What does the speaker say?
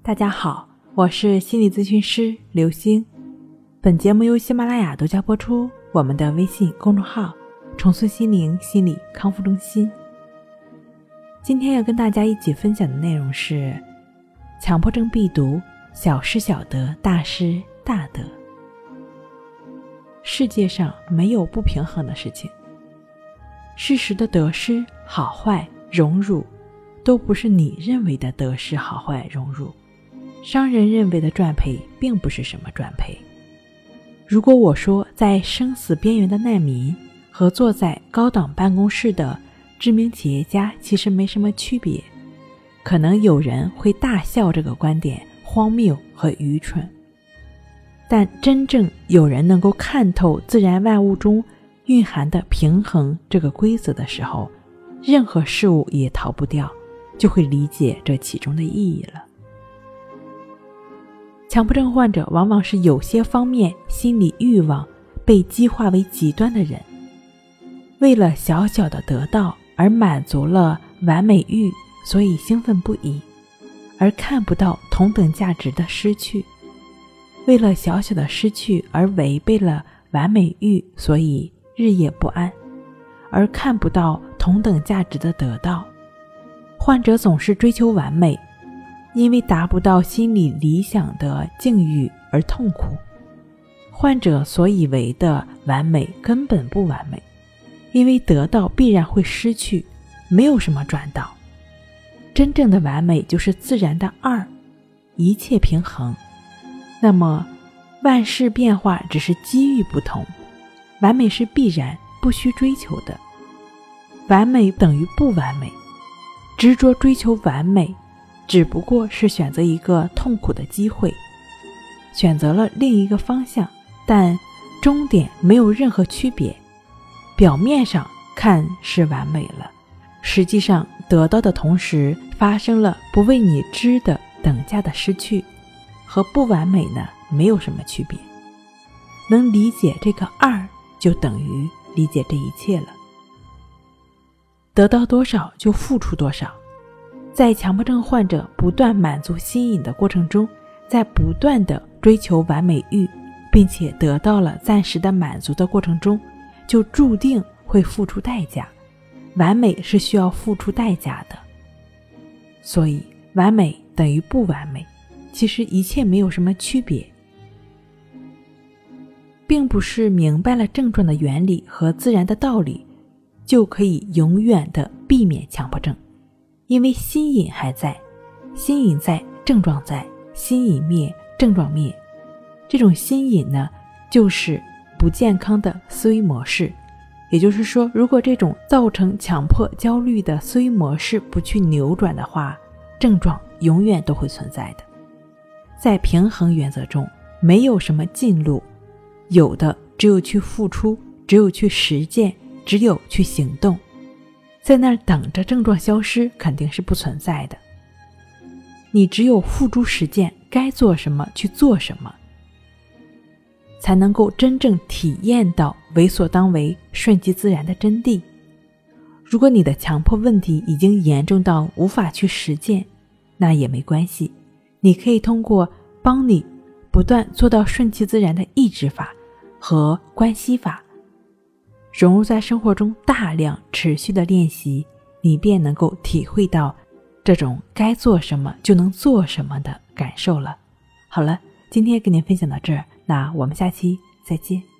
大家好，我是心理咨询师刘星。本节目由喜马拉雅独家播出，我们的微信公众号重塑心灵心理康复中心。今天要跟大家一起分享的内容是强迫症必读，小失小得，大失大得。世界上没有不平衡的事情，事实的得失、好坏、荣辱都不是你认为的得失、好坏、荣辱。商人认为的赚赔并不是什么赚赔。如果我说在生死边缘的难民和坐在高档办公室的知名企业家其实没什么区别，可能有人会大笑这个观点荒谬和愚蠢。但真正有人能够看透自然万物中蕴含的平衡这个规则的时候，任何事物也逃不掉，就会理解这其中的意义了。强迫症患者往往是有些方面心理欲望被激化为极端的人，为了小小的得到而满足了完美欲，所以兴奋不已，而看不到同等价值的失去。为了小小的失去而违背了完美欲，所以日夜不安，而看不到同等价值的得到。患者总是追求完美，因为达不到心理理想的境遇而痛苦。患者所以为的完美根本不完美，因为得到必然会失去，没有什么赚到。真正的完美就是自然的二，一切平衡。那么万事变化只是机遇不同，完美是必然不需追求的。完美等于不完美，执着追求完美只不过是选择一个痛苦的机会，选择了另一个方向，但终点没有任何区别。表面上看是完美了，实际上得到的同时发生了不为你知的等价的失去，和不完美呢没有什么区别。能理解这个二，就等于理解这一切了。得到多少就付出多少。在强迫症患者不断满足心瘾的过程中，在不断的追求完美欲，并且得到了暂时的满足的过程中，就注定会付出代价。完美是需要付出代价的，所以完美等于不完美，其实一切没有什么区别。并不是明白了症状的原理和自然的道理，就可以永远的避免强迫症。因为心瘾还在，心瘾在，症状在，心瘾灭，症状灭。这种心瘾呢，就是不健康的思维模式。也就是说，如果这种造成强迫焦虑的思维模式不去扭转的话，症状永远都会存在的。在平衡原则中，没有什么近路，有的只有去付出，只有去实践，只有去行动。在那儿等着症状消失肯定是不存在的。你只有付诸实践，该做什么去做什么，才能够真正体验到为所当为，顺其自然的真谛。如果你的强迫问题已经严重到无法去实践，那也没关系，你可以通过帮你不断做到顺其自然的抑制法和关系法，融入在生活中，大量持续的练习，你便能够体会到这种该做什么就能做什么的感受了。好了，今天跟您分享到这儿，那我们下期再见。